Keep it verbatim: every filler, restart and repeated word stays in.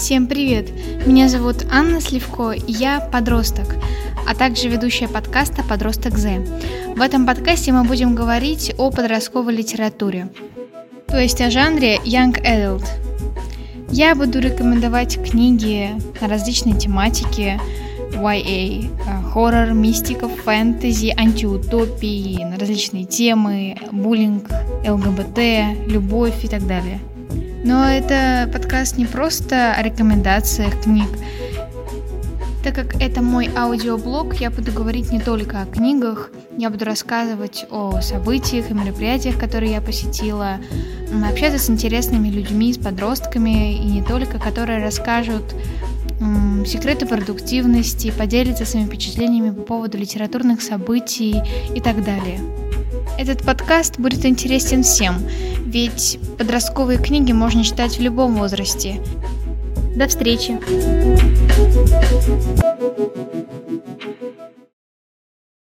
Всем привет! Меня зовут Анна Сливко, и я подросток, а также ведущая подкаста «Подросток З». В этом подкасте мы будем говорить о подростковой литературе, то есть о жанре Young Adult. Я буду рекомендовать книги на различные тематики: уай эй, хоррор, мистика, фэнтези, антиутопии, на различные темы, буллинг, эл гэ бэ тэ, любовь и так далее. Но это подкаст не просто о рекомендациях книг. Так как это мой аудиоблог, я буду говорить не только о книгах, я буду рассказывать о событиях и мероприятиях, которые я посетила, общаться с интересными людьми, с подростками и не только, которые расскажут м, секреты продуктивности, поделятся своими впечатлениями по поводу литературных событий и так далее. Этот подкаст будет интересен всем, ведь подростковые книги можно читать в любом возрасте. До встречи!